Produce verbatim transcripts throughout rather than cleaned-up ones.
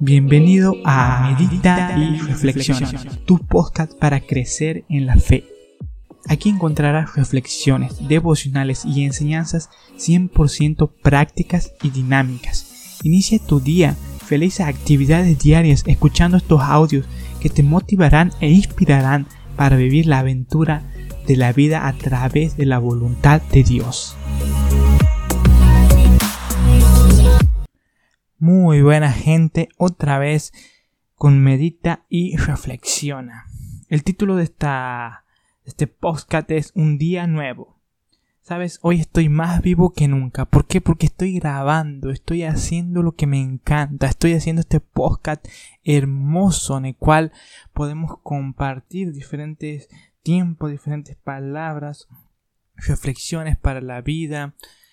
Bienvenido a Medita y Reflexiona, tu podcast para crecer en la fe. Aquí encontrarás reflexiones, devocionales y enseñanzas cien por ciento prácticas y dinámicas. Inicia tu día, felices actividades diarias escuchando estos audios que te motivarán e inspirarán para vivir la aventura de la vida a través de la voluntad de Dios. Muy buena gente, otra vez con Medita y Reflexiona. El título de esta, este podcast es Un día nuevo. Sabes, hoy estoy más vivo que nunca. ¿Por qué? Porque estoy grabando, estoy haciendo lo que me encanta. Estoy haciendo este podcast hermoso en el cual podemos compartir diferentes tiempos, diferentes palabras, reflexiones para la vida.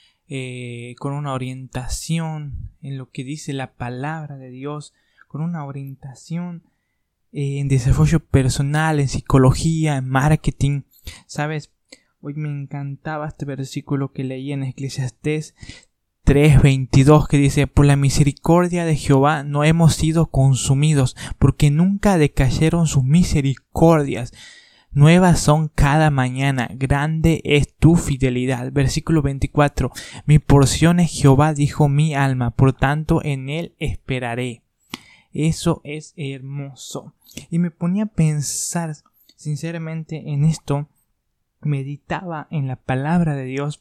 Eh, con una orientación en lo que dice la palabra de Dios, con una orientación eh, en desarrollo personal, en psicología, en marketing. Sabes, hoy me encantaba este versículo que leí en Eclesiastés tres veintidós que dice: por la misericordia de Jehová no hemos sido consumidos, porque nunca decayeron sus misericordias. Nuevas son cada mañana, grande es tu fidelidad. Versículo veinticuatro. Mi porción es Jehová, dijo mi alma, por tanto en él esperaré. Eso es hermoso. Y me ponía a pensar sinceramente en esto. Meditaba en la palabra de Dios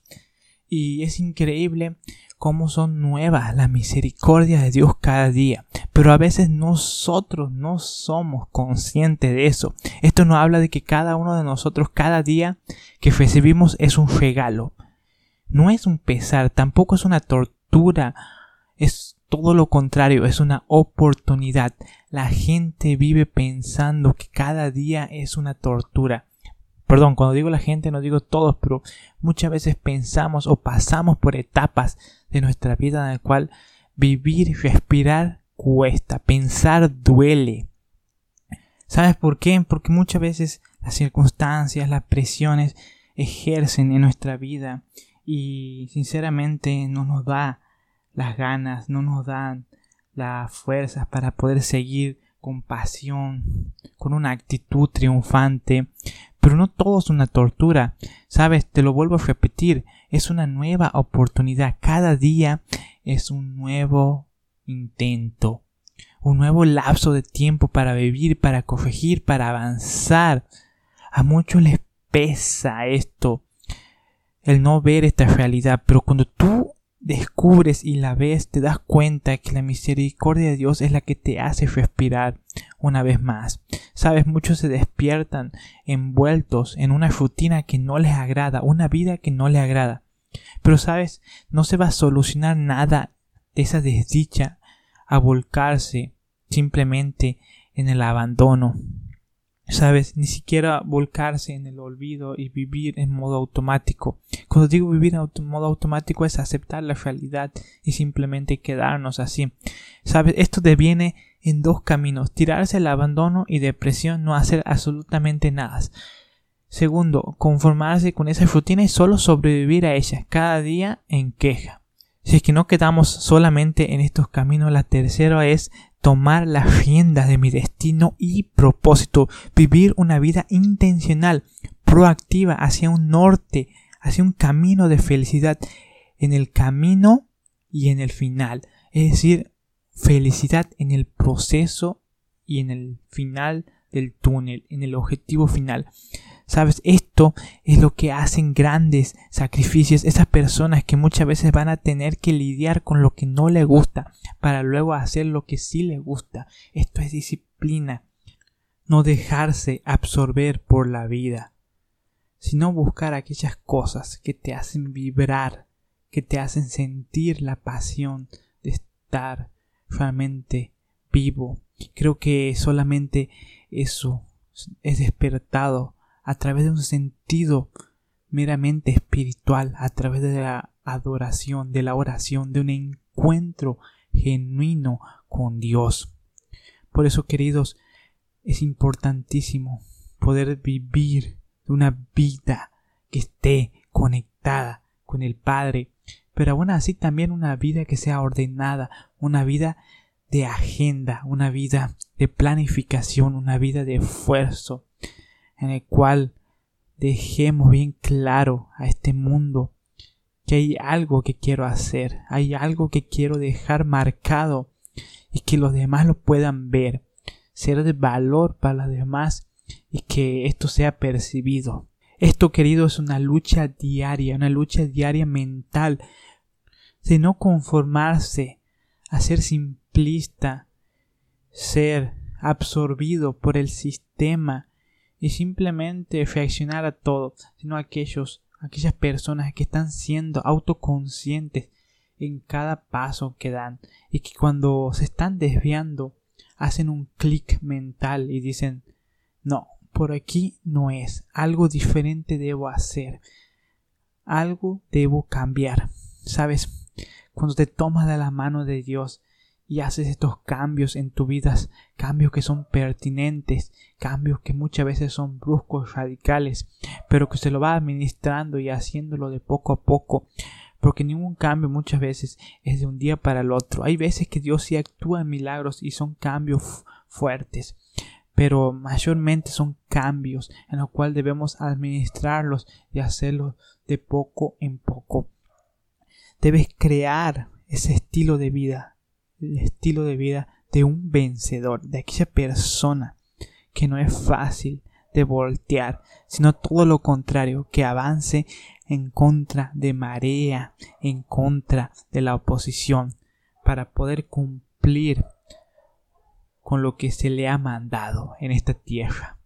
y es increíble cómo son nuevas las misericordias de Dios cada día. Pero a veces nosotros no somos conscientes de eso. Esto nos habla de que cada uno de nosotros, cada día que recibimos es un regalo. No es un pesar, tampoco es una tortura. Es todo lo contrario, es una oportunidad. La gente vive pensando que cada día es una tortura. Perdón, cuando digo la gente no digo todos, pero muchas veces pensamos o pasamos por etapas de nuestra vida en la cual vivir y respirar cuesta, pensar duele. ¿Sabes por qué? Porque muchas veces las circunstancias, las presiones ejercen en nuestra vida y sinceramente no nos da las ganas, no nos dan las fuerzas para poder seguir con pasión, con una actitud triunfante. Pero no todo es una tortura, ¿sabes? Te lo vuelvo a repetir, es una nueva oportunidad. Cada día es un nuevo intento, un nuevo lapso de tiempo para vivir, para corregir, para avanzar. A muchos les pesa esto, el no ver esta realidad, pero cuando tú descubres y la ves, te das cuenta que la misericordia de Dios es la que te hace respirar una vez más. Sabes, muchos se despiertan envueltos en una rutina que no les agrada, una vida que no les agrada. Pero sabes, no se va a solucionar nada de esa desdicha a volcarse simplemente en el abandono. Sabes, ni siquiera volcarse en el olvido y vivir en modo automático. Cuando digo vivir en modo automático es aceptar la realidad y simplemente quedarnos así. Sabes, esto deviene en dos caminos: tirarse al abandono y depresión, no hacer absolutamente nada. Segundo, conformarse con esa rutina y solo sobrevivir a ella, cada día en queja. Si es que no quedamos solamente en estos caminos, la tercera es tomar las riendas de mi destino y propósito, vivir una vida intencional, proactiva, hacia un norte, hacia un camino de felicidad, en el camino y en el final. Es decir, felicidad en el proceso y en el final del túnel, en el objetivo final. Sabes, esto es lo que hacen grandes sacrificios esas personas que muchas veces van a tener que lidiar con lo que no les gusta para luego hacer lo que sí les gusta. Esto es disciplina, no dejarse absorber por la vida, sino buscar aquellas cosas que te hacen vibrar, que te hacen sentir la pasión de estar realmente vivo. Creo que solamente eso es despertado a través de un sentido meramente espiritual, a través de la adoración, de la oración, de un encuentro genuino con Dios. Por eso, queridos, es importantísimo poder vivir una vida que esté conectada con el Padre, pero aún así también una vida que sea ordenada, una vida de agenda, una vida de planificación, una vida de esfuerzo, en el cual dejemos bien claro a este mundo que hay algo que quiero hacer, hay algo que quiero dejar marcado y que los demás lo puedan ver, ser de valor para los demás y que esto sea percibido. Esto, querido, es una lucha diaria, una lucha diaria mental, de no conformarse a ser simplista, ser absorbido por el sistema y simplemente reaccionar a todo, sino a aquellos, aquellas personas que están siendo autoconscientes en cada paso que dan y que cuando se están desviando hacen un clic mental y dicen: no, por aquí no es, algo diferente debo hacer, algo debo cambiar. ¿Sabes? Cuando te tomas de la mano de Dios y haces estos cambios en tu vida, cambios que son pertinentes, cambios que muchas veces son bruscos, radicales, pero que se lo va administrando y haciéndolo de poco a poco, porque ningún cambio muchas veces es de un día para el otro. Hay veces que Dios sí actúa en milagros y son cambios fuertes, pero mayormente son cambios en los cuales debemos administrarlos y hacerlos de poco en poco. Debes crear ese estilo de vida, el estilo de vida de un vencedor, de aquella persona que no es fácil de voltear, sino todo lo contrario, que avance en contra de marea, en contra de la oposición, para poder cumplir con lo que se le ha mandado en esta tierra.